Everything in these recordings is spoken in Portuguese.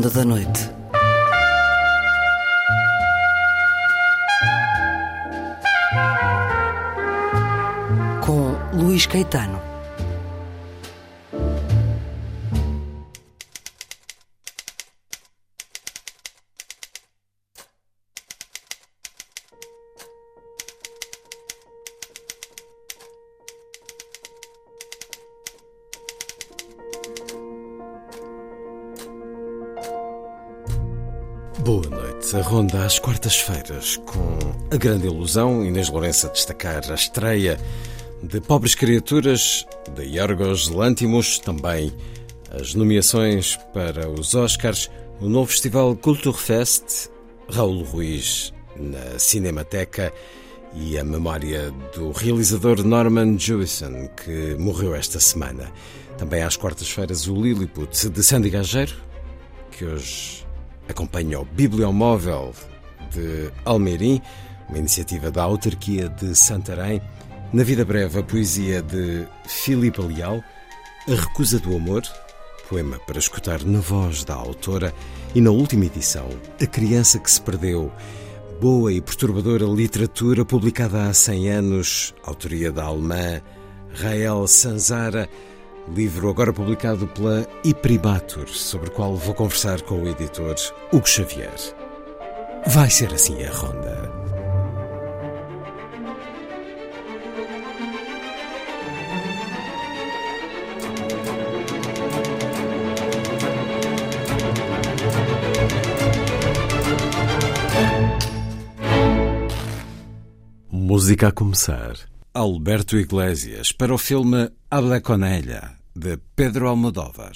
Ronda da Noite. Com Luís Caetano. Boa noite. A ronda às quartas-feiras, com a grande ilusão, Inês Lourenço a destacar a estreia de Pobres Criaturas, de Yorgos Lanthimos, também as nomeações para os Oscars, o novo festival Kulturfest, Raul Ruiz na Cinemateca e a memória do realizador Norman Jewison, que morreu esta semana. Também às quartas-feiras o Lilliput de Sandy Gageiro, que hoje acompanha o Bibliomóvel de Almeirim, uma iniciativa da autarquia de Santarém. Na Vida Breve, a poesia de Filipe Leal, A Recusa do Amor, poema para escutar na voz da autora, e na última edição, A Criança que se Perdeu, boa e perturbadora literatura publicada há 100 anos, autoria da alemã Rael Sanzara, livro agora publicado pela Iprimatur, sobre o qual vou conversar com o editor Hugo Xavier. Vai ser assim a ronda. Música a começar. Alberto Iglesias para o filme Habla con ella, de Pedro Almodóvar.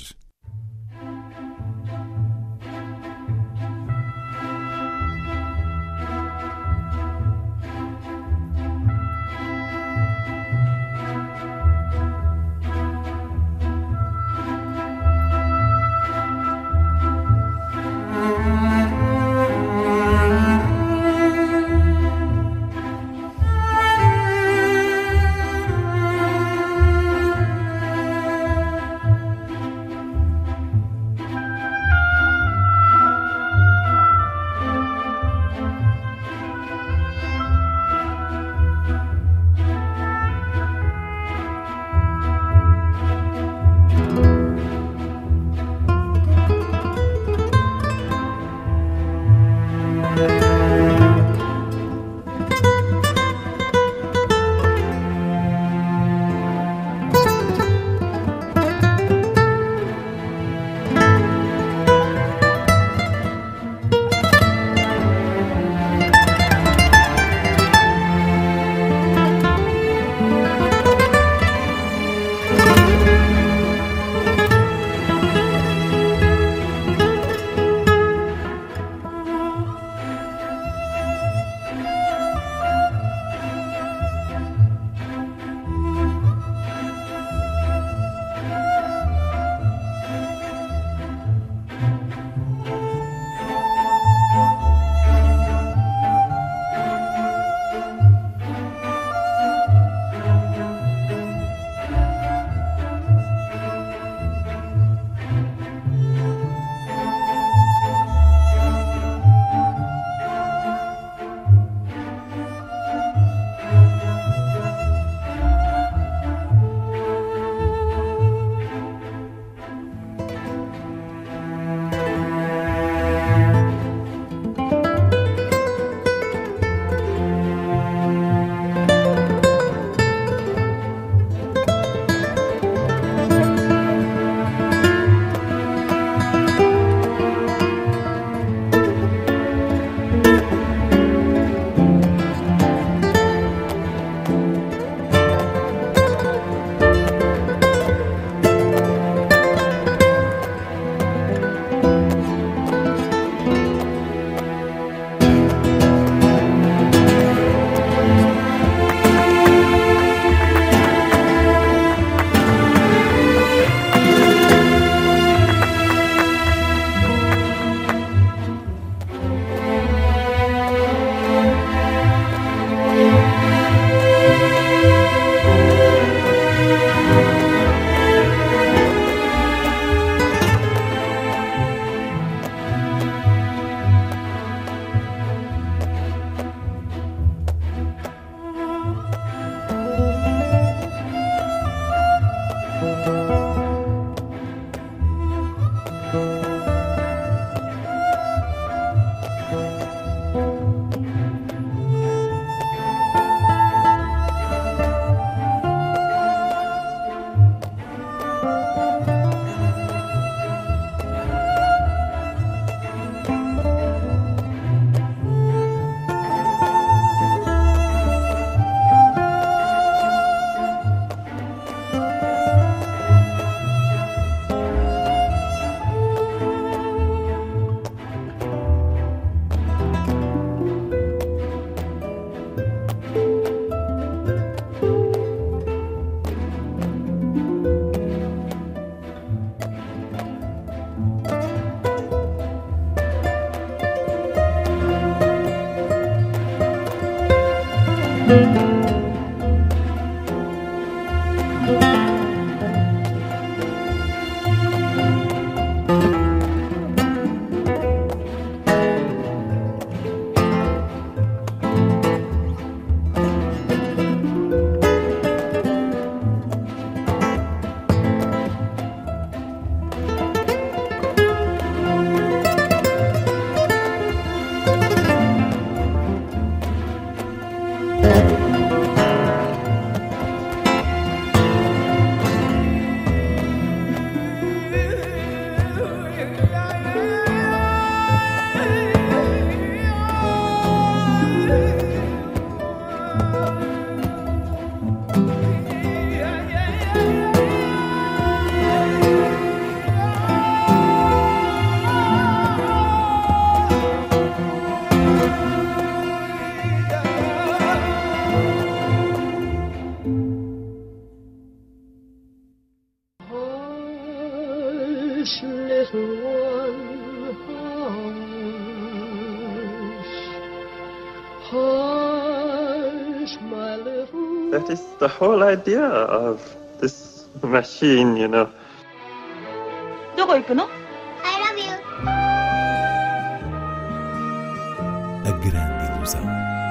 That is the whole idea of this machine, you know. どこ行くの? I love you. A grande ilusão.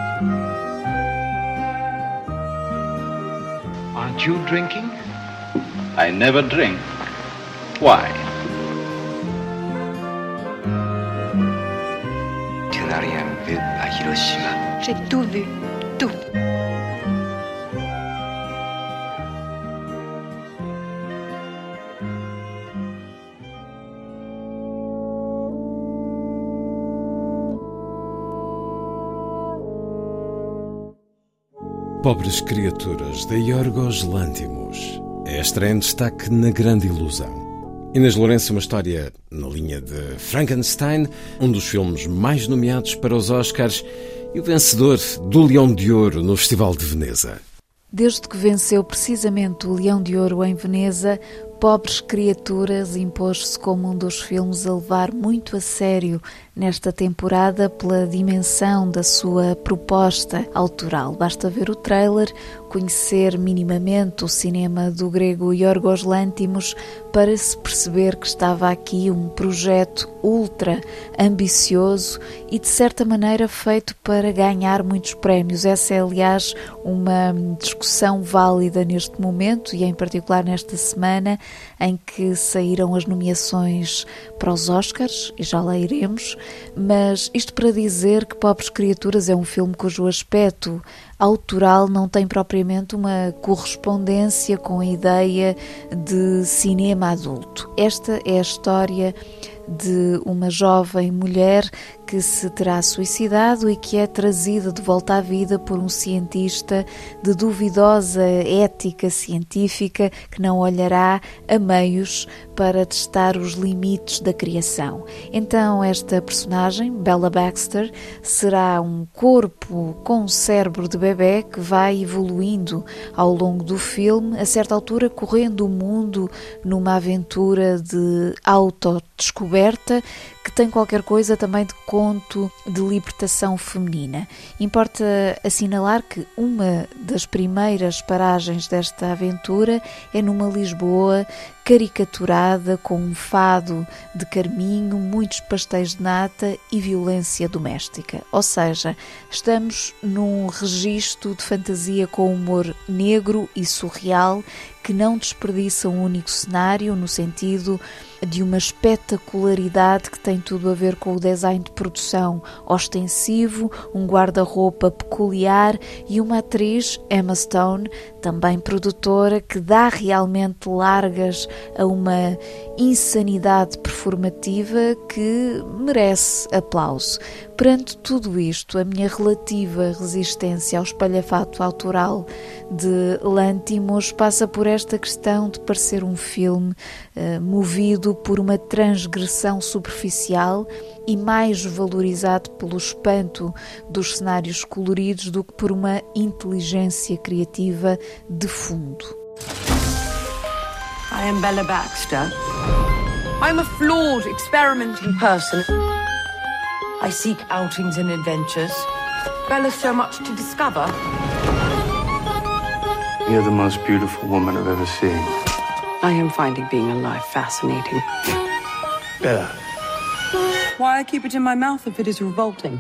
Aren't you drinking? I never drink. Why? Tu n'as rien vu à Hiroshima. J'ai tout vu, tout. Pobres Criaturas, de Yorgos Lanthimos. É a estreia em destaque na Grande Ilusão. Inês Lourenço, uma história na linha de Frankenstein, um dos filmes mais nomeados para os Oscars e o vencedor do Leão de Ouro no Festival de Veneza. Desde que venceu precisamente o Leão de Ouro em Veneza, Pobres Criaturas impôs-se como um dos filmes a levar muito a sério nesta temporada pela dimensão da sua proposta autoral. Basta ver o trailer, conhecer minimamente o cinema do grego Yorgos Lanthimos para se perceber que estava aqui um projeto ultra ambicioso e de certa maneira feito para ganhar muitos prémios. Essa é, aliás, uma discussão válida neste momento e em particular nesta semana em que saíram as nomeações para os Oscars, e já lá iremos, mas isto para dizer que Pobres Criaturas é um filme cujo aspecto autoral não tem propriamente uma correspondência com a ideia de cinema adulto. Esta é a história de uma jovem mulher que se terá suicidado e que é trazida de volta à vida por um cientista de duvidosa ética científica que não olhará a meios para testar os limites da criação. Então esta personagem, Bella Baxter, será um corpo com um cérebro de bebê que vai evoluindo ao longo do filme, a certa altura correndo o mundo numa aventura de autodescoberta que tem qualquer coisa também de conto de libertação feminina. Importa assinalar que uma das primeiras paragens desta aventura é numa Lisboa caricaturada com um fado de carminho, muitos pastéis de nata e violência doméstica. Ou seja, estamos num registro de fantasia com humor negro e surreal que não desperdiça um único cenário, no sentido de uma espetacularidade que tem tudo a ver com o design de produção ostensivo, um guarda-roupa peculiar e uma atriz, Emma Stone, também produtora, que dá realmente largas a uma insanidade performativa que merece aplauso. Perante tudo isto, a minha relativa resistência ao espalhafato autoral de Lanthimos passa por esta questão de parecer um filme movido por uma transgressão superficial e mais valorizado pelo espanto dos cenários coloridos do que por uma inteligência criativa de fundo. I am Bella Baxter. I'm a flawed, experimenting person. I seek outings and adventures. Bella's so much to discover. You're the most beautiful woman I've ever seen. I am finding being alive fascinating. Bella. Why I keep it in my mouth if it is revolting?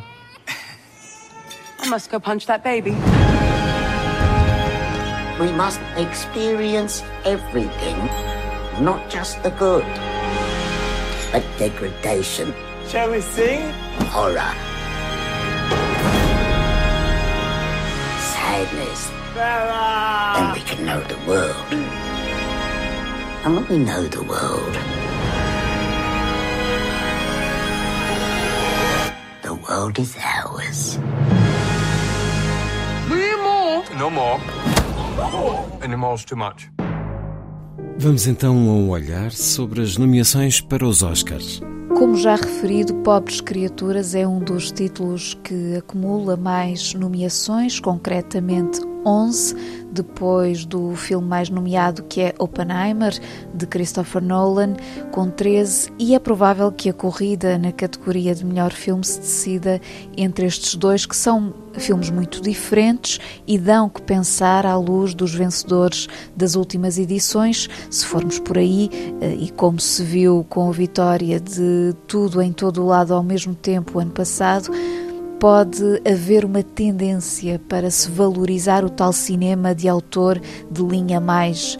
I must go punch that baby. We must experience everything, not just the good, but degradation. Shall we sing? Horror. Sadness. Bella! Then we can know the world. And when we know the world, the world is ours. No more. Animals too much. Vamos então a um olhar sobre as nomeações para os Oscars. Como já referido, Pobres Criaturas é um dos títulos que acumula mais nomeações, concretamente 11, depois do filme mais nomeado, que é Oppenheimer, de Christopher Nolan, com 13, e é provável que a corrida na categoria de melhor filme se decida entre estes dois, que são filmes muito diferentes e dão que pensar à luz dos vencedores das últimas edições, se formos por aí, e como se viu com a vitória de Tudo em Todo o Lado ao mesmo tempo ano passado, pode haver uma tendência para se valorizar o tal cinema de autor de linha mais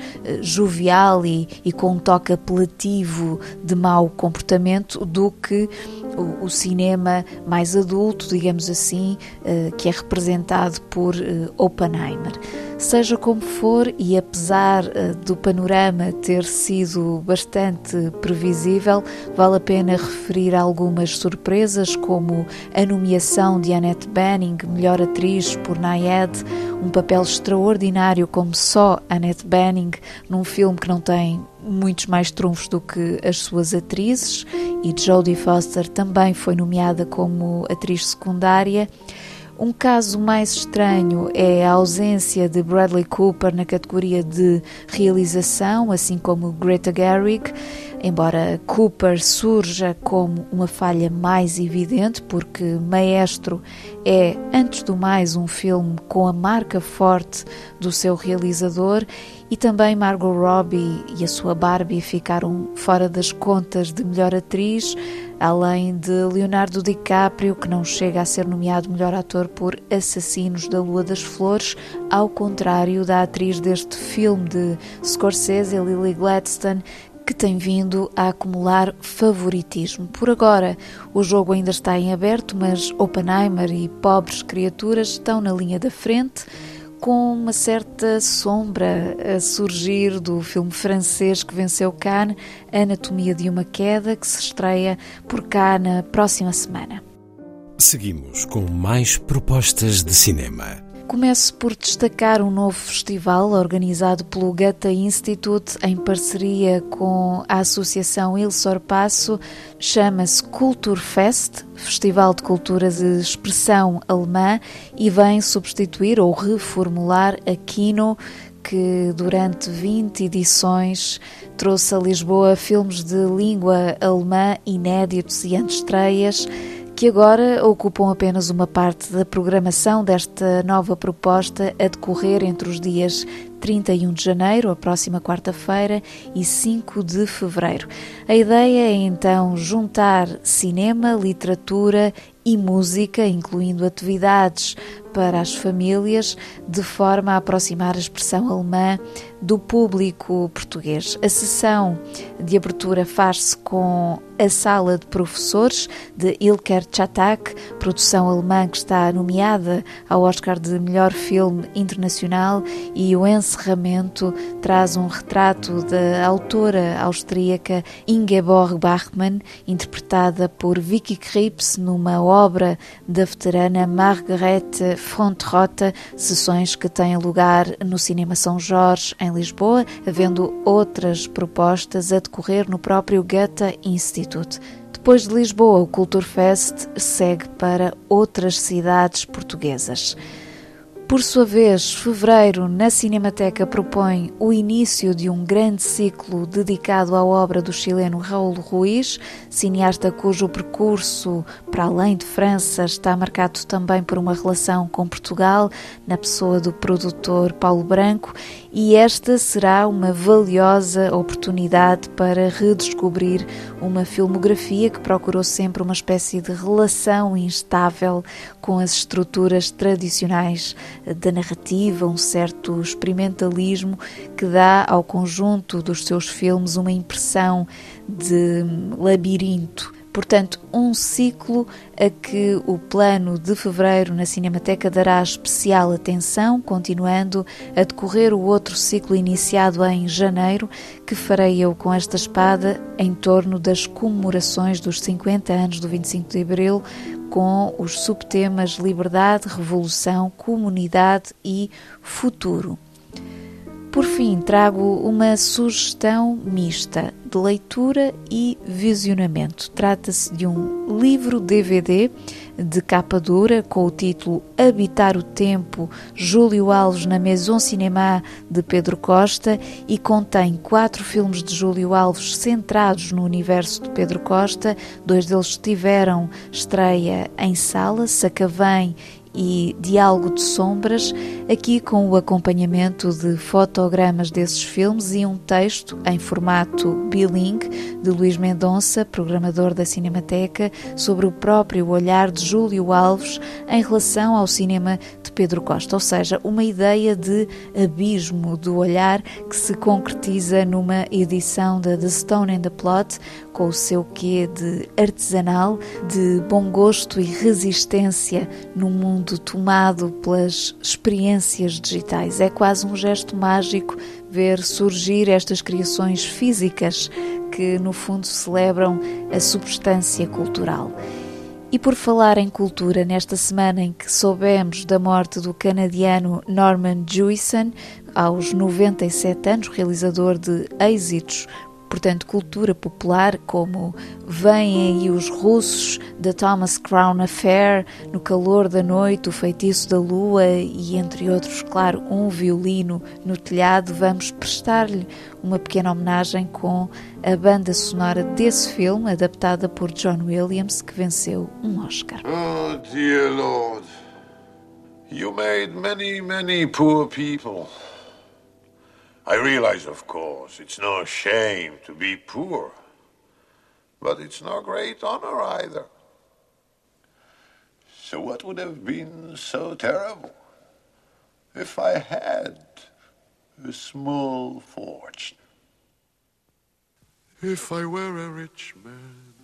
jovial e com um toque apelativo de mau comportamento do que o cinema mais adulto, digamos assim, que é representado por Oppenheimer. Seja como for, e apesar do panorama ter sido bastante previsível, vale a pena referir algumas surpresas, como a nomeação de Annette Bening, melhor atriz por Nyad, um papel extraordinário como só Annette Bening, num filme que não tem muitos mais trunfos do que as suas atrizes, e Jodie Foster também foi nomeada como atriz secundária. Um caso mais estranho é a ausência de Bradley Cooper na categoria de realização, assim como Greta Gerwig, embora Cooper surja como uma falha mais evidente, porque Maestro é, antes do mais, um filme com a marca forte do seu realizador, e também Margot Robbie e a sua Barbie ficaram fora das contas de melhor atriz, além de Leonardo DiCaprio, que não chega a ser nomeado melhor ator por Assassinos da Lua das Flores, ao contrário da atriz deste filme de Scorsese, Lily Gladstone, que tem vindo a acumular favoritismo. Por agora, o jogo ainda está em aberto, mas Oppenheimer e Pobres Criaturas estão na linha da frente, com uma certa sombra a surgir do filme francês que venceu Cannes, Anatomia de uma Queda, que se estreia por cá na próxima semana. Seguimos com mais propostas de cinema. Começo por destacar um novo festival organizado pelo Goethe Institute em parceria com a Associação Il Sorpasso. Chama-se Kulturfest, Festival de Cultura de Expressão Alemã, e vem substituir ou reformular a Kino, que durante 20 edições trouxe a Lisboa filmes de língua alemã inéditos e antestreias, que agora ocupam apenas uma parte da programação desta nova proposta, a decorrer entre os dias 31 de janeiro, a próxima quarta-feira, e 5 de fevereiro. A ideia é então juntar cinema, literatura e música, incluindo atividades para as famílias, de forma a aproximar a expressão alemã do público português. A sessão de abertura faz-se com A Sala de Professores, de Ilker Čatak, produção alemã que está nomeada ao Oscar de Melhor Filme Internacional, e o encerramento traz um retrato da autora austríaca Ingeborg Bachmann, interpretada por Vicky Krieps numa obra da veterana Margarete Fontrotte, sessões que têm lugar no Cinema São Jorge, em Lisboa, havendo outras propostas a decorrer no próprio Goethe Institute. Depois de Lisboa, o Kulturfest segue para outras cidades portuguesas. Por sua vez, fevereiro, na Cinemateca, propõe o início de um grande ciclo dedicado à obra do chileno Raul Ruiz, cineasta cujo percurso, para além de França, está marcado também por uma relação com Portugal, na pessoa do produtor Paulo Branco, e esta será uma valiosa oportunidade para redescobrir uma filmografia que procurou sempre uma espécie de relação instável com as estruturas tradicionais da narrativa, um certo experimentalismo que dá ao conjunto dos seus filmes uma impressão de labirinto. Portanto, um ciclo a que o plano de fevereiro na Cinemateca dará especial atenção, continuando a decorrer o outro ciclo iniciado em janeiro, que farei eu com esta espada, em torno das comemorações dos 50 anos do 25 de Abril, com os subtemas liberdade, revolução, comunidade e futuro. Por fim, trago uma sugestão mista de leitura e visionamento. Trata-se de um livro-DVD de capa dura com o título Habitar o Tempo, Júlio Alves na Maison Cinéma, de Pedro Costa, e contém 4 filmes de Júlio Alves centrados no universo de Pedro Costa. 2 deles tiveram estreia em sala, Sacavém e Diálogo de Sombras, aqui com o acompanhamento de fotogramas desses filmes e um texto em formato bilingue de Luís Mendonça, programador da Cinemateca, sobre o próprio olhar de Júlio Alves em relação ao cinema de Pedro Costa, ou seja, uma ideia de abismo do olhar que se concretiza numa edição da The Stone and the Plot, com o seu quê de artesanal, de bom gosto e resistência num mundo tomado pelas experiências digitais. É quase um gesto mágico ver surgir estas criações físicas que, no fundo, celebram a substância cultural. E por falar em cultura, nesta semana em que soubemos da morte do canadiano Norman Jewison, aos 97 anos, realizador de êxitos, portanto, cultura popular, como Vêm Aí os Russos, da Thomas Crown Affair, No Calor da Noite, O Feitiço da Lua e, entre outros, claro, Um Violino no Telhado, vamos prestar-lhe uma pequena homenagem com a banda sonora desse filme, adaptada por John Williams, que venceu um Oscar. Oh, dear Lord, you made many poor people. I realize, of course, it's no shame to be poor, but it's no great honor either. So what would have been so terrible if I had a small fortune? If I were a rich man,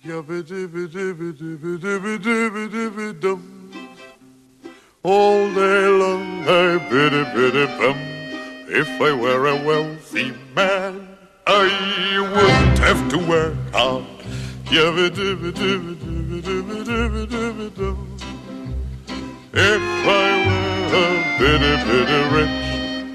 yabba-dibba-dibba-dibba-dibba-dibba-dibba-dum, all day long I biddy-biddy-bum. If I were a wealthy man, I wouldn't have to work hard. If I were a bitty rich,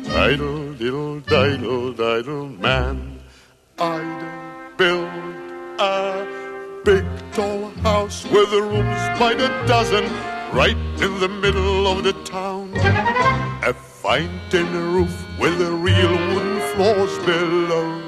idle man, I'd build a big tall house with rooms by the dozen, right in the middle of the town. A fine tin roof with the real wooden floors below.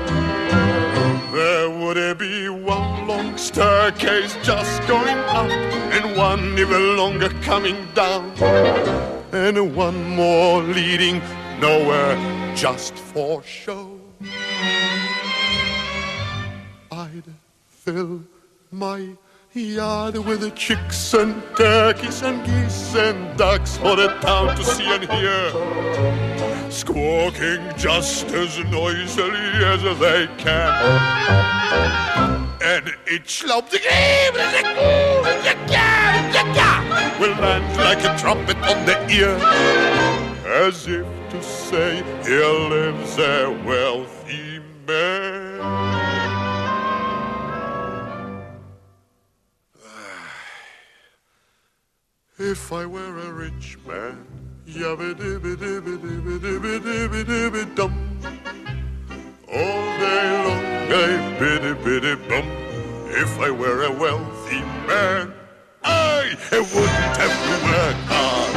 There would be one long staircase just going up, and one even longer coming down, and one more leading nowhere just for show. I'd fill my yard with the chicks and turkeys and geese and ducks for the town to see and hear, squawking just as noisily as they can. And each lob will land like a trumpet on the ear, as if to say, here lives a wealthy man. If I were a rich man, yabba-dibba-dibba-dibba-dibba-dibba-dibba-dum, all day long I biddy-biddy-bum. If I were a wealthy man, I wouldn't have to work hard.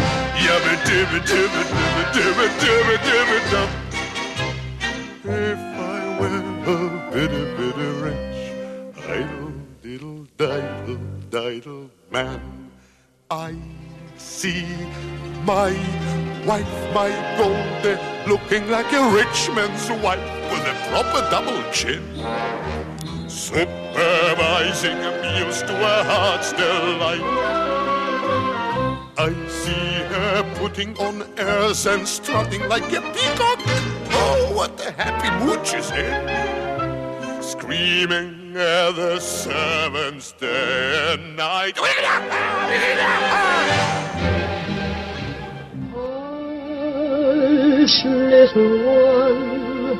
Yabba-dibba-dibba-dibba-dibba-dibba-dibba-dum. If I were a biddy-biddy rich, idle-diddle-diddle-diddle man, I see my wife, my Goldie, looking like a rich man's wife with a proper double chin, supervising meals to her heart's delight. I see her putting on airs and strutting like a peacock. Oh, what a happy mood she's in, screaming at the servants day and night. Hush, little one,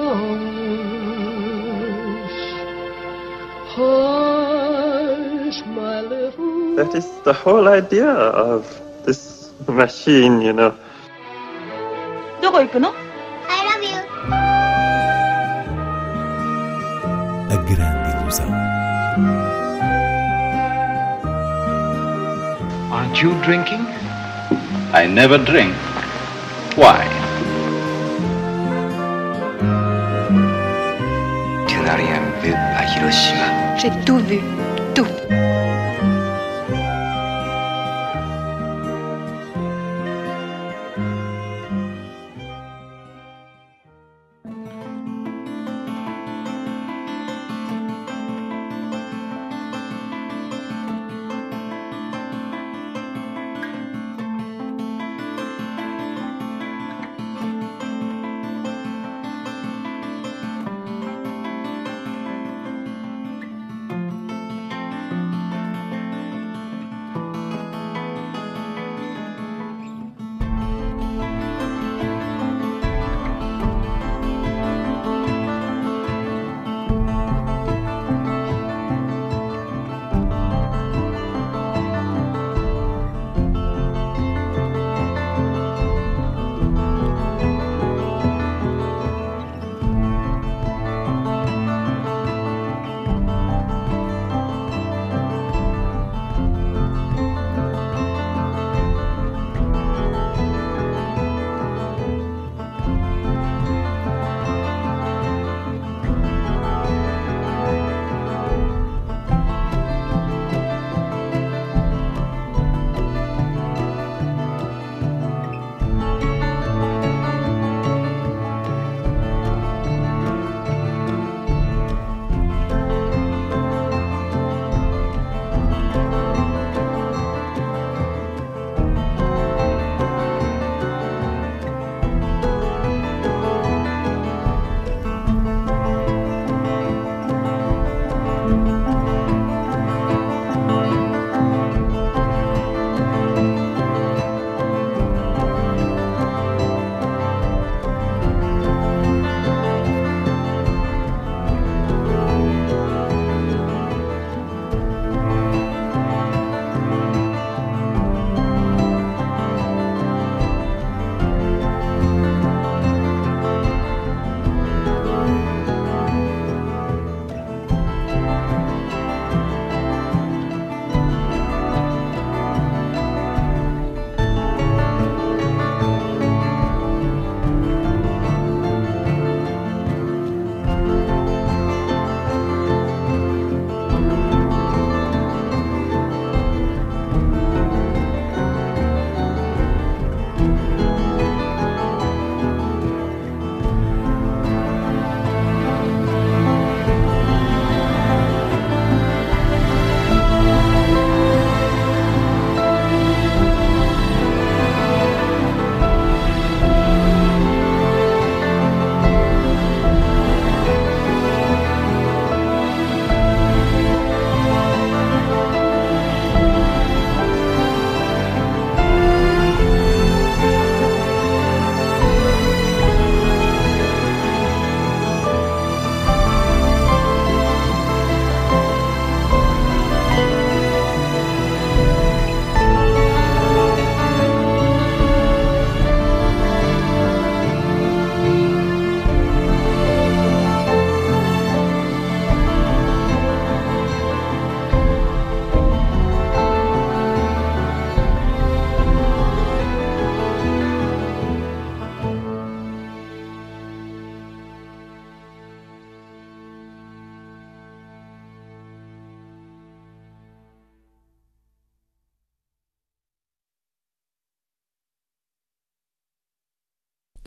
hush, hush, my little. That is the whole idea of this machine, you know. どこ行くの? I love you. A grande ilusão. Aren't you drinking? I never drink. Why? Tu n'as rien vu à Hiroshima. J'ai tout vu, tout.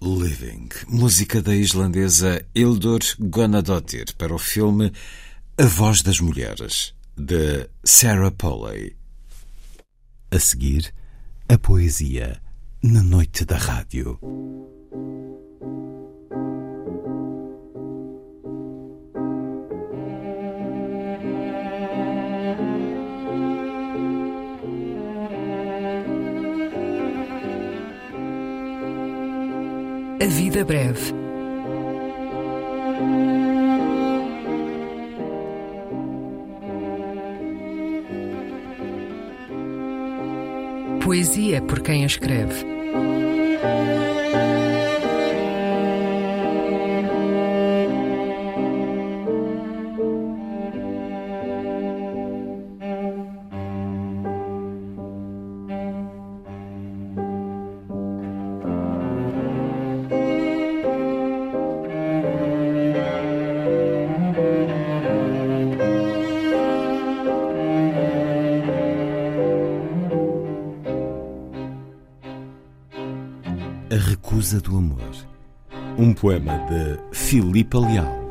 Living, música da islandesa Hildur Guðnadóttir para o filme A Voz das Mulheres, de Sarah Polley. A seguir, a poesia na noite da rádio. A vida breve. Poesia por quem a escreve. A Recusa do Amor, um poema de Filipa Leal.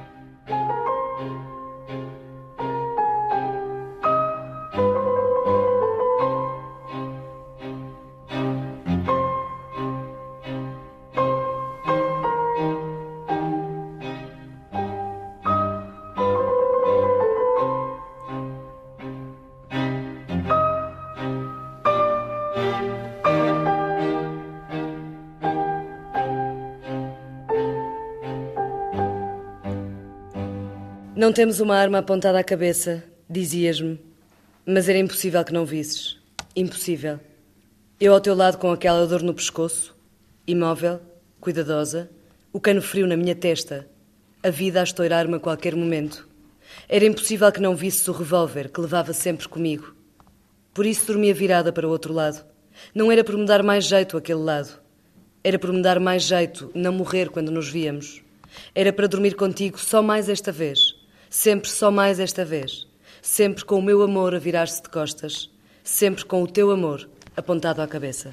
Não temos uma arma apontada à cabeça, dizias-me, mas era impossível que não visses. Impossível. Eu ao teu lado com aquela dor no pescoço, imóvel, cuidadosa, o cano frio na minha testa, a vida a estourar-me a qualquer momento. Era impossível que não visses o revólver que levava sempre comigo. Por isso dormia virada para o outro lado. Não era por me dar mais jeito aquele lado. Era por me dar mais jeito não morrer quando nos víamos. Era para dormir contigo só mais esta vez. Sempre só mais esta vez. Sempre com o meu amor a virar-se de costas. Sempre com o teu amor apontado à cabeça.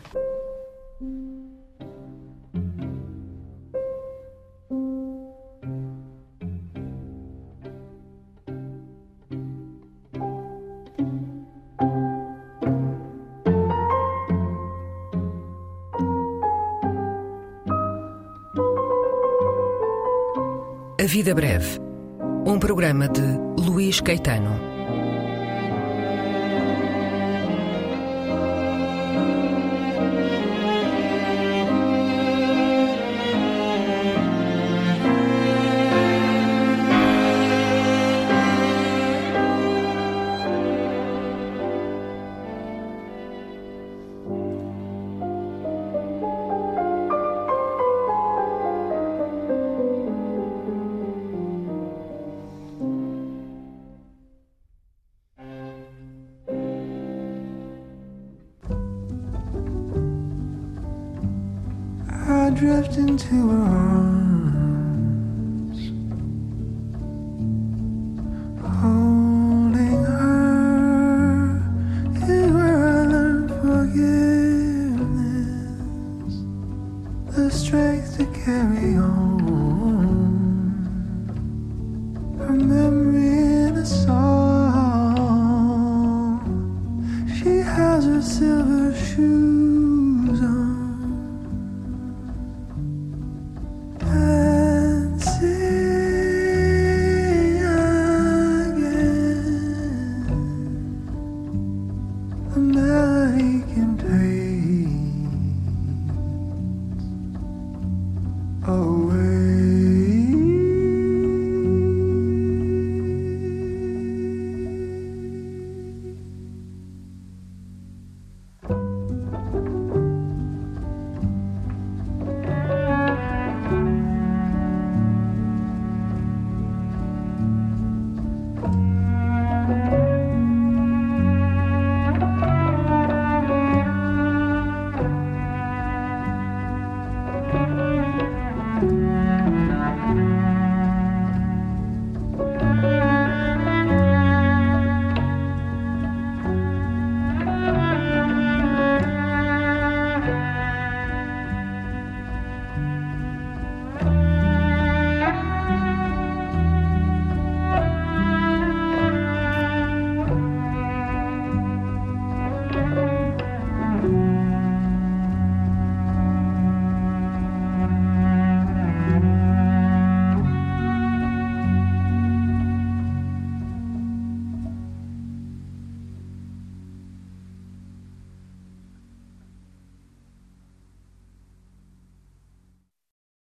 A Vida Breve, um programa de Luís Caetano. I drift into her arms, holding her is where I learned forgiveness, the strength to carry on, her memory in a song. She has her silver shoes on.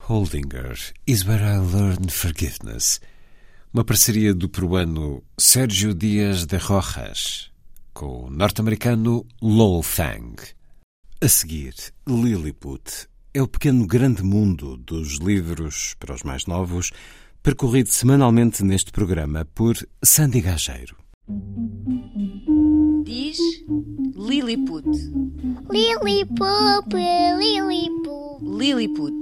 Holdinger is Where I Learned Forgiveness, uma parceria do peruano Sérgio Dias de Rojas com o norte-americano Lowell Fang. A seguir, Lilliput é o pequeno grande mundo dos livros para os mais novos, percorrido semanalmente neste programa por Sandy Gageiro. Diz Lilliput. Lilliput, Lilliput. Lilliput.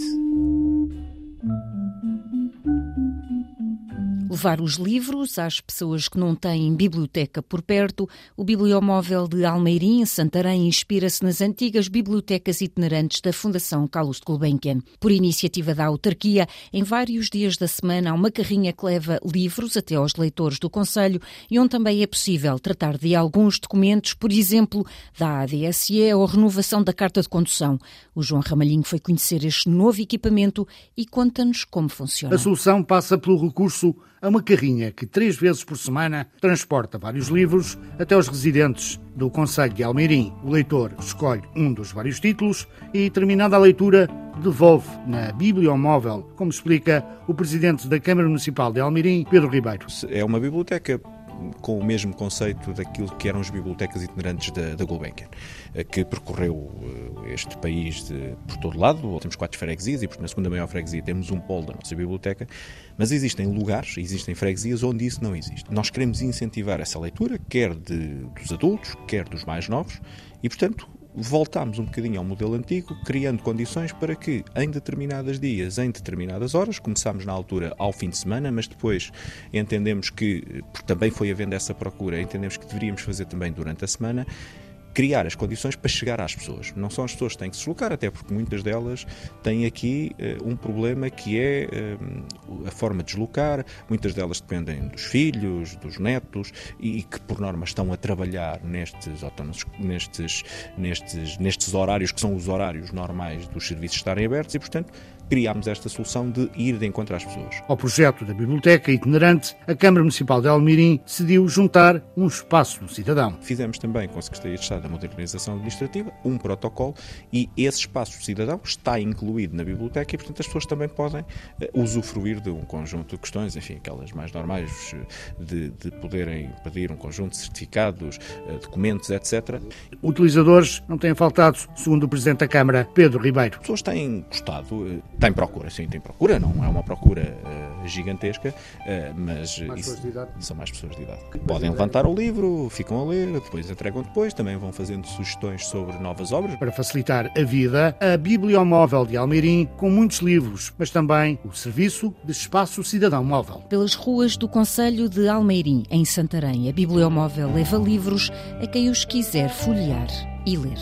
Levar os livros às pessoas que não têm biblioteca por perto, o Bibliomóvel de Almeirim, Santarém, inspira-se nas antigas bibliotecas itinerantes da Fundação Carlos de Gulbenkian. Por iniciativa da autarquia, em vários dias da semana há uma carrinha que leva livros até aos leitores do concelho e onde também é possível tratar de alguns documentos, por exemplo, da ADSE ou a renovação da carta de condução. O João Ramalhinho foi conhecer este novo equipamento e conta-nos como funciona. A solução passa pelo recurso a uma carrinha que 3 vezes por semana transporta vários livros até os residentes do concelho de Almeirim. O leitor escolhe um dos vários títulos e, terminada a leitura, devolve na Bibliomóvel, como explica o presidente da Câmara Municipal de Almeirim, Pedro Ribeiro. É uma biblioteca com o mesmo conceito daquilo que eram as bibliotecas itinerantes da Gulbenkian, que percorreu este país por todo lado. Temos 4 freguesias e, na segunda maior freguesia, temos um polo da nossa biblioteca, mas existem lugares, existem freguesias onde isso não existe. Nós queremos incentivar essa leitura, quer dos adultos, quer dos mais novos, e, portanto, voltámos um bocadinho ao modelo antigo, criando condições para que, em determinados dias, em determinadas horas, começámos na altura ao fim de semana, mas depois entendemos que, porque também foi havendo essa procura, entendemos que deveríamos fazer também durante a semana, criar as condições para chegar às pessoas. Não são as pessoas que têm que se deslocar, até porque muitas delas têm aqui um problema que é a forma de deslocar. Muitas delas dependem dos filhos, dos netos e que, por norma, estão a trabalhar nestes horários que são os horários normais dos serviços estarem abertos e, portanto, criámos esta solução de ir de encontro às pessoas. Ao projeto da Biblioteca Itinerante, a Câmara Municipal de Almeirim decidiu juntar um espaço do cidadão. Fizemos também com a Secretaria de Estado da Modernização Administrativa um protocolo e esse espaço do cidadão está incluído na biblioteca e, portanto, as pessoas também podem usufruir de um conjunto de questões, enfim, aquelas mais normais de poderem pedir um conjunto de certificados, documentos, etc. Utilizadores não têm faltado, segundo o Presidente da Câmara, Pedro Ribeiro. As pessoas têm gostado. Tem procura, sim, tem procura, não é uma procura gigantesca, mas são mais pessoas de idade. Podem levantar o livro, ficam a ler, depois entregam depois, também vão fazendo sugestões sobre novas obras. Para facilitar a vida, a Bibliomóvel de Almeirim, com muitos livros, mas também o serviço de espaço cidadão móvel. Pelas ruas do concelho de Almeirim, em Santarém, a Bibliomóvel leva livros a quem os quiser folhear e ler.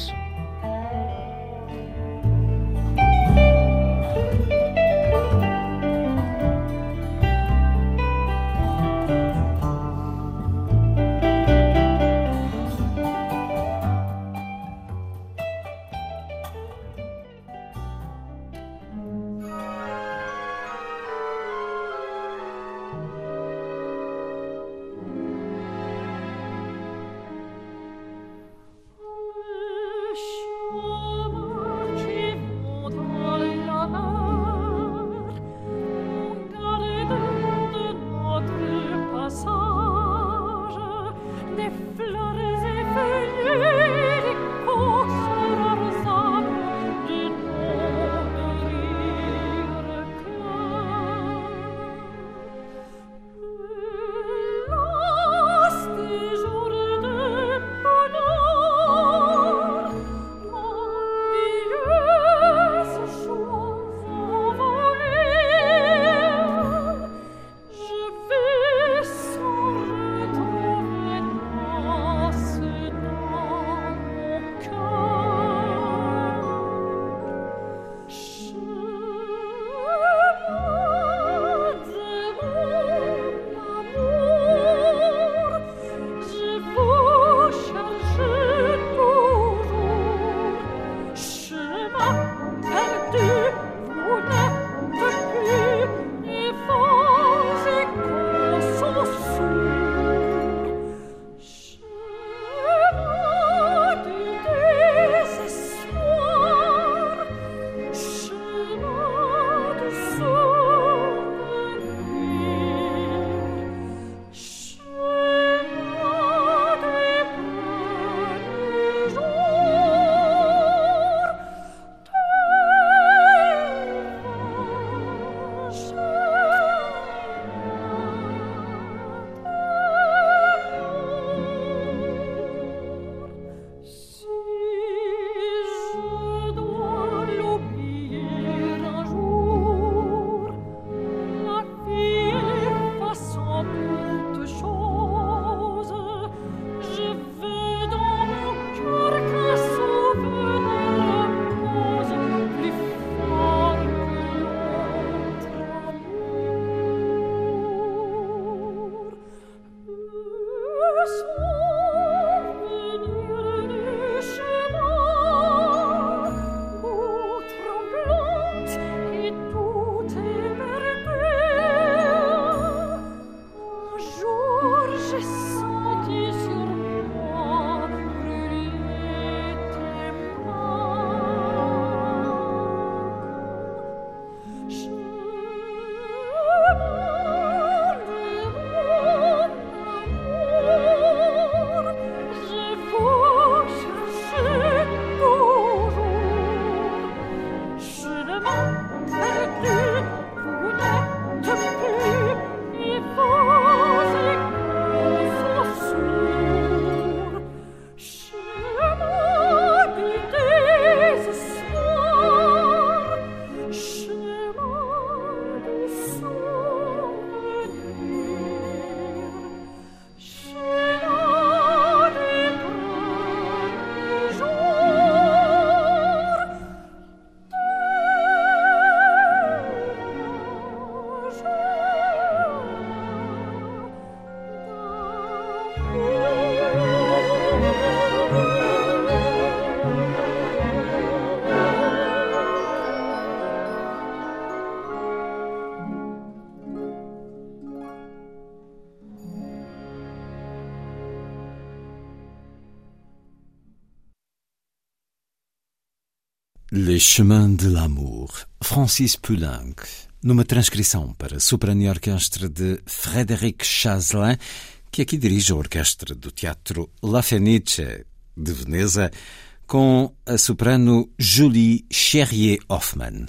Les Chemins de l'Amour, Francis Poulenc, numa transcrição para soprano e orquestra de Frédéric Chaslin, que aqui dirige a orquestra do Teatro La Fenice de Veneza, com a soprano Julie Cherrier-Hoffmann.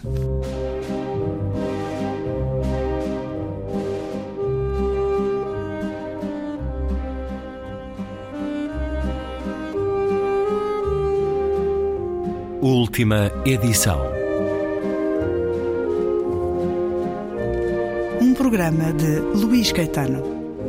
Última edição. Um programa de Luís Caetano.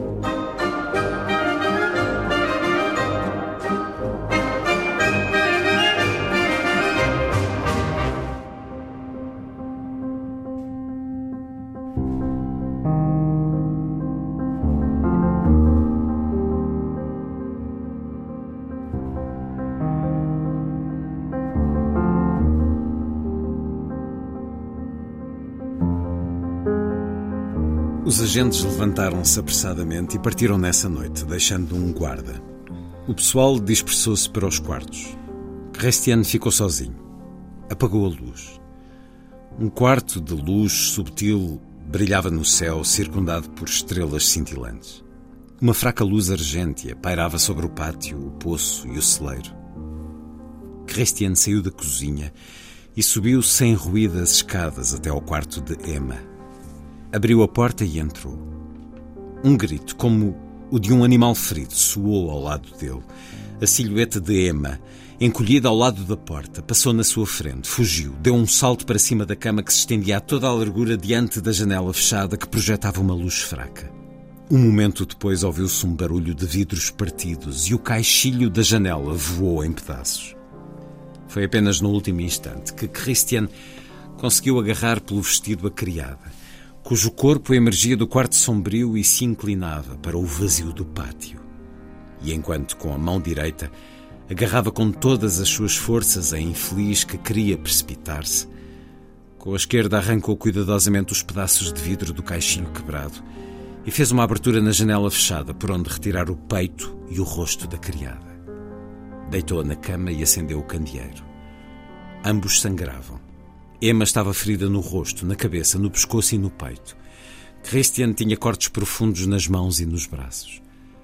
Os agentes levantaram-se apressadamente e partiram nessa noite, deixando um guarda. O pessoal dispersou-se para os quartos. Christian ficou sozinho. Apagou a luz. Um quarto de luz subtil brilhava no céu, circundado por estrelas cintilantes. Uma fraca luz argêntea pairava sobre o pátio, o poço e o celeiro. Christian saiu da cozinha e subiu sem ruído as escadas até ao quarto de Emma. Abriu a porta e entrou. Um grito, como o de um animal ferido, soou ao lado dele. A silhueta de Emma, encolhida ao lado da porta, passou na sua frente, fugiu, deu um salto para cima da cama que se estendia a toda a largura diante da janela fechada que projetava uma luz fraca. Um momento depois ouviu-se um barulho de vidros partidos e o caixilho da janela voou em pedaços. Foi apenas no último instante que Christian conseguiu agarrar pelo vestido a criada, cujo corpo emergia do quarto sombrio e se inclinava para o vazio do pátio. E enquanto com a mão direita agarrava com todas as suas forças a infeliz que queria precipitar-se, com a esquerda arrancou cuidadosamente os pedaços de vidro do caixilho quebrado e fez uma abertura na janela fechada por onde retirar o peito e o rosto da criada. Deitou-a na cama e acendeu o candeeiro. Ambos sangravam. Emma estava ferida no rosto, na cabeça, no pescoço e no peito. Christian tinha cortes profundos nas mãos e nos braços.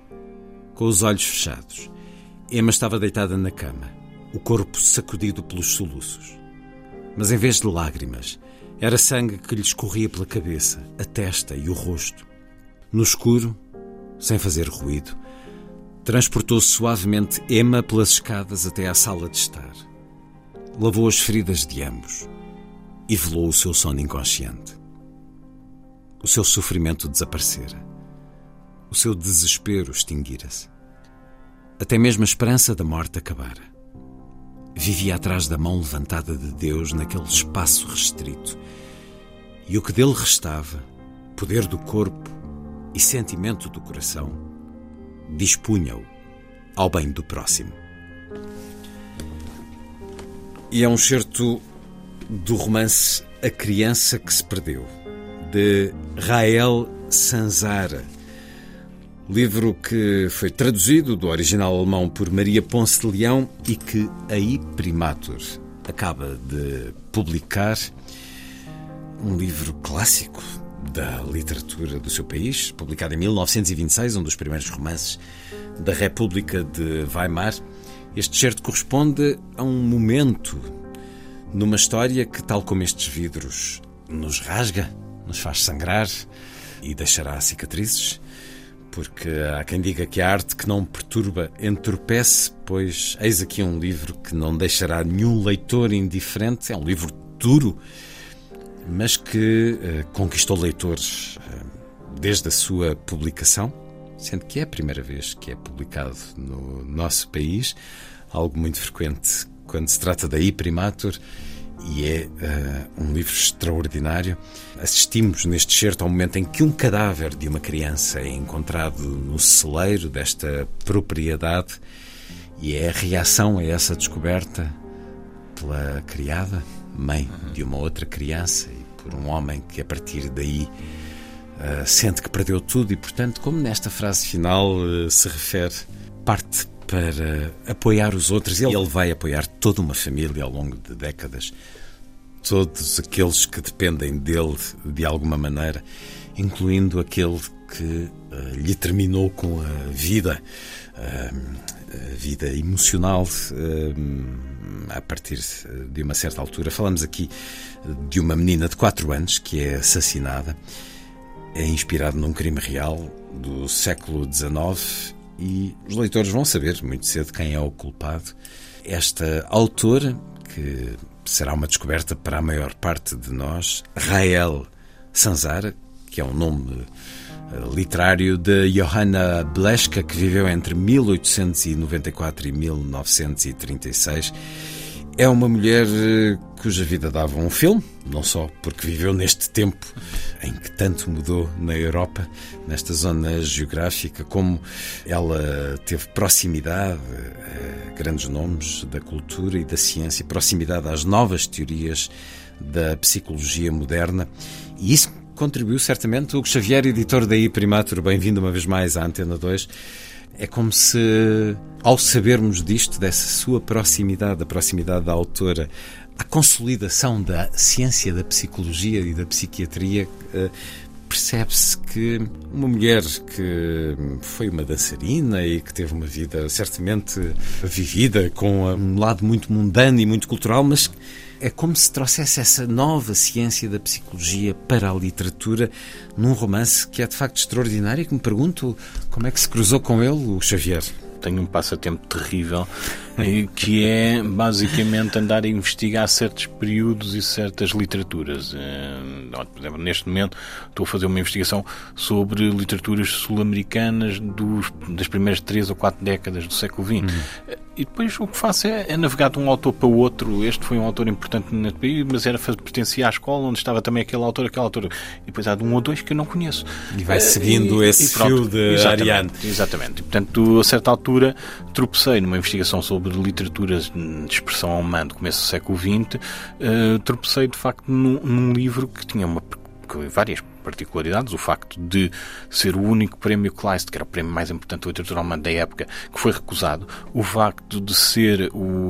Com os olhos fechados, Emma estava deitada na cama, o corpo sacudido pelos soluços. Mas em vez de lágrimas, era sangue que lhe escorria pela cabeça, a testa e o rosto. No escuro, sem fazer ruído, transportou suavemente Emma pelas escadas até à sala de estar. Lavou as feridas de ambos e velou o seu sono inconsciente. O seu sofrimento desaparecera. O seu desespero extinguira-se. Até mesmo a esperança da morte acabara. Vivia atrás da mão levantada de Deus naquele espaço restrito. E o que dele restava, poder do corpo e sentimento do coração, dispunha-o ao bem do próximo. E é um excerto do romance A Criança que se Perdeu, de Raël Sanzara, livro que foi traduzido do original alemão por Maria Ponce de Leão e que a Iprimatur acaba de publicar, um livro clássico da literatura do seu país, publicado em 1926, um dos primeiros romances da República de Weimar. Este excerto corresponde a um momento numa história que, tal como estes vidros, nos rasga, nos faz sangrar e deixará cicatrizes, porque há quem diga que a arte que não perturba entorpece, pois eis aqui um livro que não deixará nenhum leitor indiferente. É um livro duro, mas que conquistou leitores desde a sua publicação, sendo que é a primeira vez que é publicado no nosso país, algo muito frequente quando se trata da Iprimatur, e é um livro extraordinário. Assistimos neste excerto ao momento em que um cadáver de uma criança é encontrado no celeiro desta propriedade, e é a reação a essa descoberta pela criada, mãe de uma outra criança, e por um homem que a partir daí sente que perdeu tudo e, portanto, como nesta frase final se refere, parte para apoiar os outros, e ele vai apoiar toda uma família ao longo de décadas, todos aqueles que dependem dele de alguma maneira, incluindo aquele que lhe terminou com a vida emocional a partir de uma certa altura. Falamos aqui de uma menina de 4 anos que é assassinada. É inspirado num crime real do século XIX e os leitores vão saber muito cedo quem é o culpado. Esta autora, que será uma descoberta para a maior parte de nós, Raël Sanzara, que é um nome literário de Johanna Bleschka, que viveu entre 1894 e 1936. É uma mulher cuja vida dava um filme, não só porque viveu neste tempo em que tanto mudou na Europa, nesta zona geográfica, como ela teve proximidade a grandes nomes da cultura e da ciência, proximidade às novas teorias da psicologia moderna, e isso contribuiu certamente. Hugo Xavier, editor da iPrimatur, bem-vindo uma vez mais à Antena 2. É como se, ao sabermos disto, dessa sua proximidade, a proximidade da autora, a consolidação da ciência da psicologia e da psiquiatria, percebe-se que uma mulher que foi uma dançarina e que teve uma vida certamente vivida com um lado muito mundano e muito cultural, mas é como se trouxesse essa nova ciência da psicologia para a literatura num romance que é de facto extraordinário, e que me pergunto como é que se cruzou com ele, o Xavier. Tenho um passatempo terrível, que é basicamente andar a investigar certos períodos e certas literaturas. Por exemplo, neste momento estou a fazer uma investigação sobre literaturas sul-americanas das primeiras 3 ou 4 décadas do século XX. E depois o que faço é navegar de um autor para o outro. Este foi um autor importante nesse país, mas pertencia à escola onde estava também aquele autor. E depois há de 1 ou 2 que eu não conheço. E vai seguindo esse fio de Ariane. Exatamente. E, portanto, a certa altura tropecei numa investigação sobre literaturas de expressão alemã do começo do século XX. Tropecei, de facto, num livro que tinha várias particularidades. O facto de ser o único prémio Kleist, que era o prémio mais importante da literatura alemã da época, que foi recusado. O facto de ser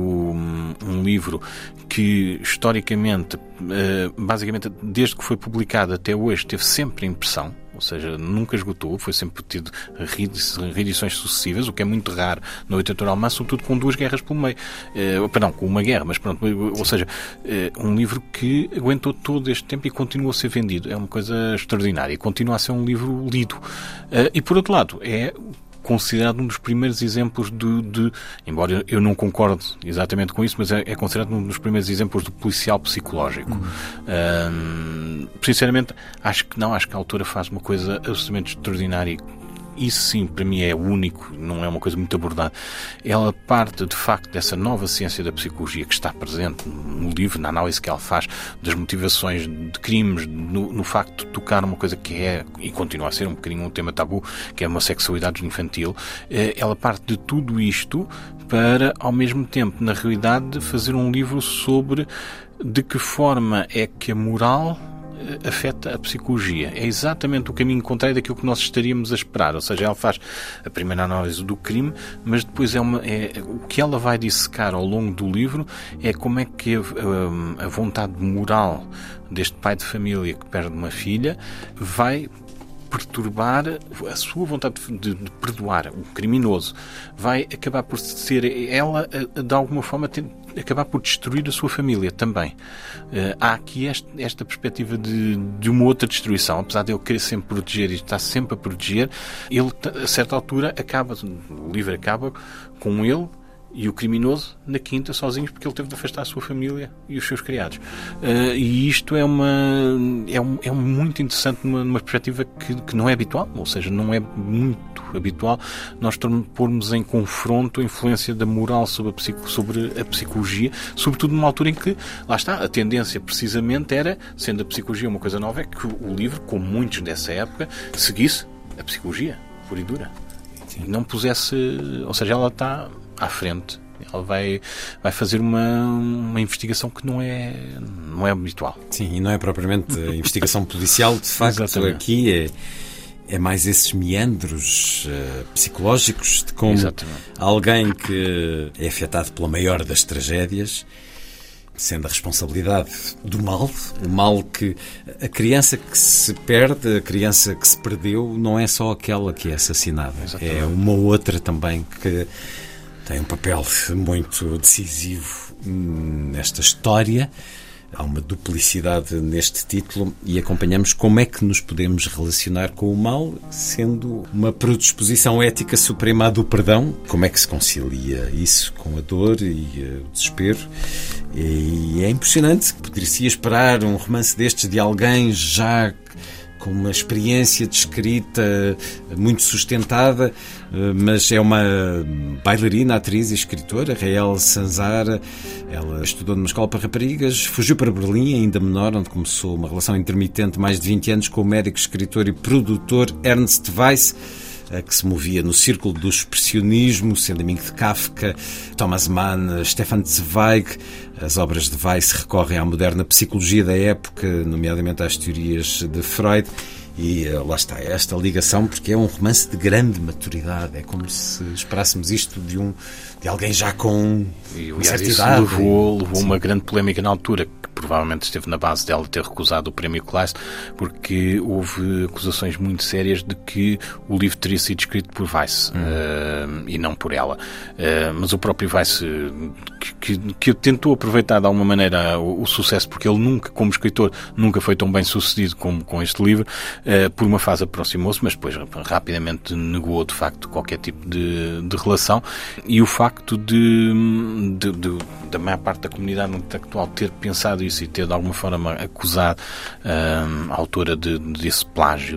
um livro que, historicamente, basicamente, desde que foi publicado até hoje, teve sempre impressão, ou seja, nunca esgotou, foi sempre tido reedições sucessivas, o que é muito raro na literatura alemã, sobretudo com 2 guerras pelo meio. Com uma guerra, mas pronto, ou seja, um livro que aguentou todo este tempo e continua a ser vendido. É uma coisa extraordinária e continua a ser um livro lido. E por outro lado, é considerado um dos primeiros exemplos embora eu não concorde exatamente com isso, mas é considerado um dos primeiros exemplos do policial psicológico. Sinceramente, acho que a autora faz uma coisa absolutamente extraordinária. Isso sim, para mim é único, não é uma coisa muito abordada. Ela parte, de facto, dessa nova ciência da psicologia que está presente no livro, na análise que ela faz das motivações de crimes, no facto de tocar uma coisa que é, e continua a ser um bocadinho um tema tabu, que é uma sexualidade infantil. Ela parte de tudo isto para, ao mesmo tempo, na realidade, fazer um livro sobre de que forma é que a moral afeta a psicologia. É exatamente o caminho contrário daquilo que nós estaríamos a esperar. Ou seja, ela faz a primeira análise do crime, mas depois o que ela vai dissecar ao longo do livro é como é que a vontade moral deste pai de família que perde uma filha vai perturbar a sua vontade de perdoar o criminoso. Vai acabar por ser ela, de alguma forma, acabar por destruir a sua família também. Há aqui esta perspectiva de uma outra destruição. Apesar de ele querer sempre proteger e estar sempre a proteger, ele, a certa altura, o livro acaba com ele e o criminoso na quinta sozinhos, porque ele teve de afastar a sua família e os seus criados. E isto é muito interessante numa perspectiva que não é habitual, ou seja, não é muito habitual nós pormos em confronto a influência da moral sobre a psicologia, sobretudo numa altura em que, lá está, a tendência precisamente era, sendo a psicologia uma coisa nova, é que o livro, como muitos dessa época, seguisse a psicologia pura e dura. E não pusesse, ou seja, ela está à frente, ela vai fazer uma investigação que não é habitual. Sim, e não é propriamente investigação policial, de facto. Aqui é mais esses meandros psicológicos de como Exatamente. Alguém que é afetado pela maior das tragédias, sendo a responsabilidade do mal, o mal que a criança que se perde, a criança que se perdeu, não é só aquela que é assassinada. Exatamente. É uma outra também que tem um papel muito decisivo nesta história. Há uma duplicidade neste título e acompanhamos como é que nos podemos relacionar com o mal, sendo uma predisposição ética suprema do perdão. Como é que se concilia isso com a dor e o desespero? E é impressionante. Poderia-se esperar um romance destes de alguém já com uma experiência de escrita muito sustentada, mas é uma bailarina, atriz e escritora, Rael Sanzara. Ela estudou numa escola para raparigas, fugiu para Berlim, ainda menor, onde começou uma relação intermitente de mais de 20 anos com o médico, escritor e produtor Ernst Weiss, que se movia no círculo do expressionismo, sendo amigo de Kafka, Thomas Mann, Stefan Zweig. As obras de Weiss recorrem à moderna psicologia da época, nomeadamente às teorias de Freud. E lá está, esta ligação, porque é um romance de grande maturidade. É como se esperássemos isto de alguém já com uma certa idade. Levou uma grande polémica na altura, que provavelmente esteve na base dela ter recusado o prémio Kleist, porque houve acusações muito sérias de que o livro teria sido escrito por Weiss e não por ela. Mas o próprio Weiss que tentou aproveitar de alguma maneira o sucesso, porque ele nunca, como escritor, nunca foi tão bem sucedido como com este livro. Por uma fase aproximou-se, mas depois rapidamente negou de facto qualquer tipo de relação, e o facto da maior parte da comunidade intelectual ter pensado isso e ter de alguma forma acusado a autora desse plágio,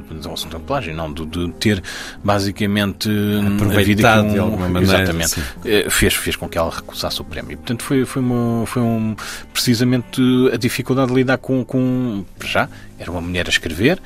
de ter basicamente aproveitado de alguma maneira. Exatamente. Fez com que ela recusasse o prémio. E, portanto, foi precisamente a dificuldade de lidar com já. Era uma mulher a escrever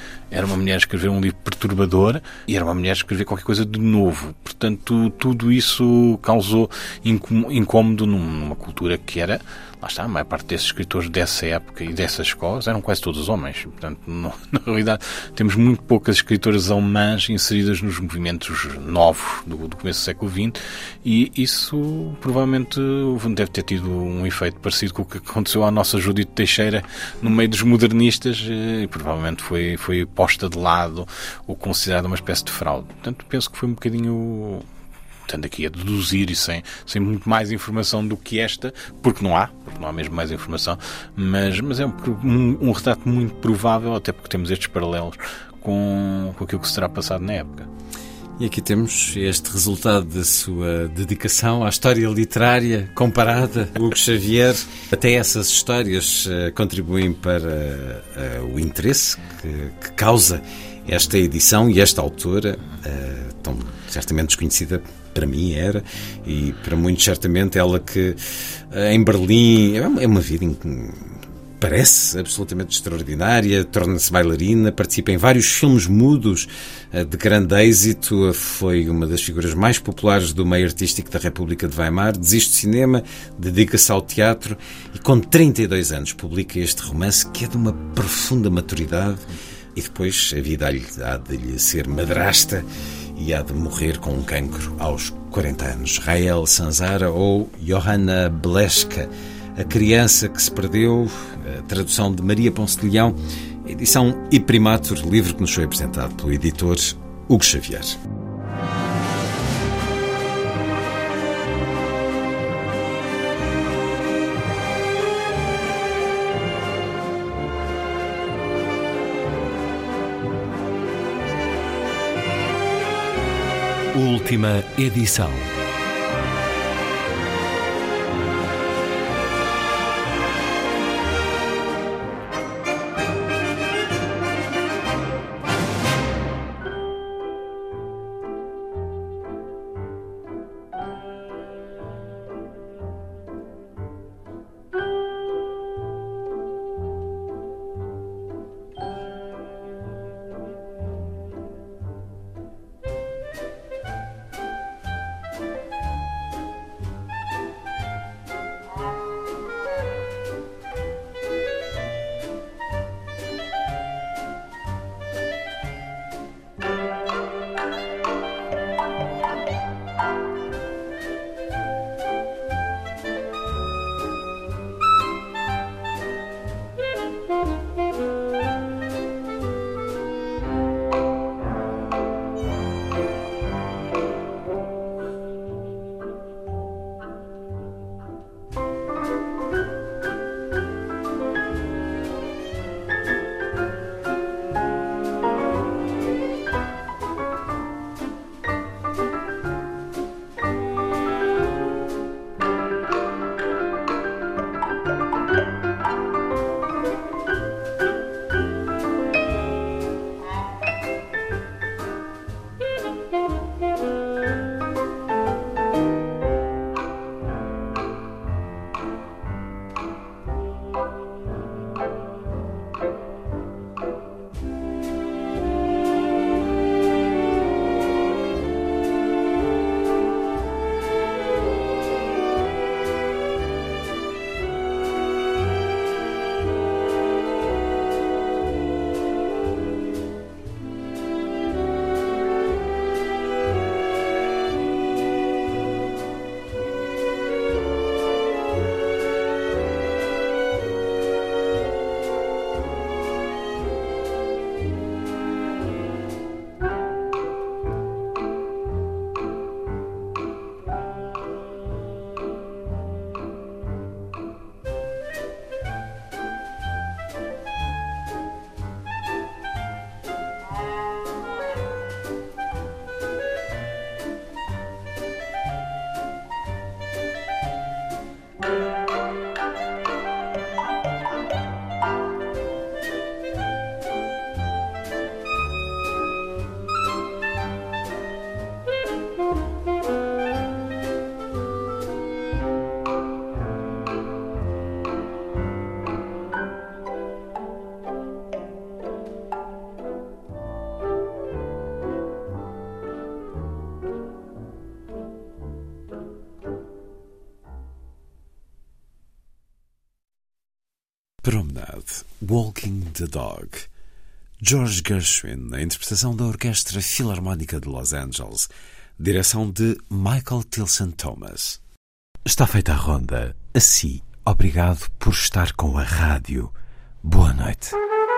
um livro perturbador e era uma mulher a escrever qualquer coisa de novo. Portanto, tudo isso causou incómodo numa cultura que era, lá está, a maior parte desses escritores dessa época e dessas escolas eram quase todos homens. Portanto, na realidade, temos muito poucas escritoras alemãs inseridas nos movimentos novos do começo do século XX, e isso provavelmente deve ter tido um efeito parecido com o que aconteceu à nossa Judite Teixeira no meio dos modernistas, e provavelmente foi posta de lado ou considerada uma espécie de fraude. Portanto, penso que foi um bocadinho, estando aqui a deduzir e sem muito mais informação do que esta, porque não há mesmo mais informação, mas é um retrato muito provável, até porque temos estes paralelos com aquilo que se terá passado na época. E aqui temos este resultado da sua dedicação à história literária comparada. Hugo Xavier, até essas histórias contribuem para o interesse que causa esta edição e esta autora, tão certamente desconhecida para mim era, e para muitos certamente, ela que em Berlim é uma vida parece absolutamente extraordinária, torna-se bailarina, participa em vários filmes mudos de grande êxito, foi uma das figuras mais populares do meio artístico da República de Weimar, desiste do cinema, dedica-se ao teatro e com 32 anos publica este romance que é de uma profunda maturidade, e depois a vida há de lhe ser madrasta e há de morrer com um cancro aos 40 anos. Rael Sanzara ou Johanna Bleschka, A Criança que se Perdeu, a tradução de Maria Ponce de Leão, edição Imprimatur, livro que nos foi apresentado pelo editor Hugo Xavier. Última edição. Promenade, Walking the Dog. George Gershwin, na interpretação da Orquestra Filarmónica de Los Angeles, direção de Michael Tilson Thomas. Está feita a ronda. Assim, obrigado por estar com a rádio. Boa noite.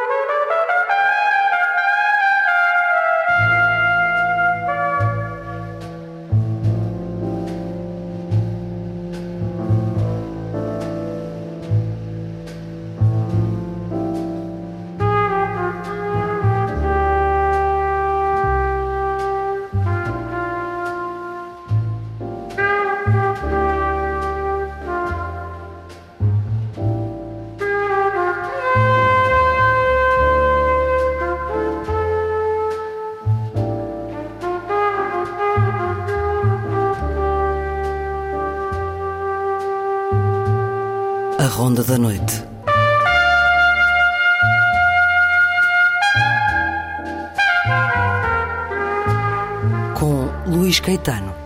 A Ronda da Noite. Com Luís Caetano.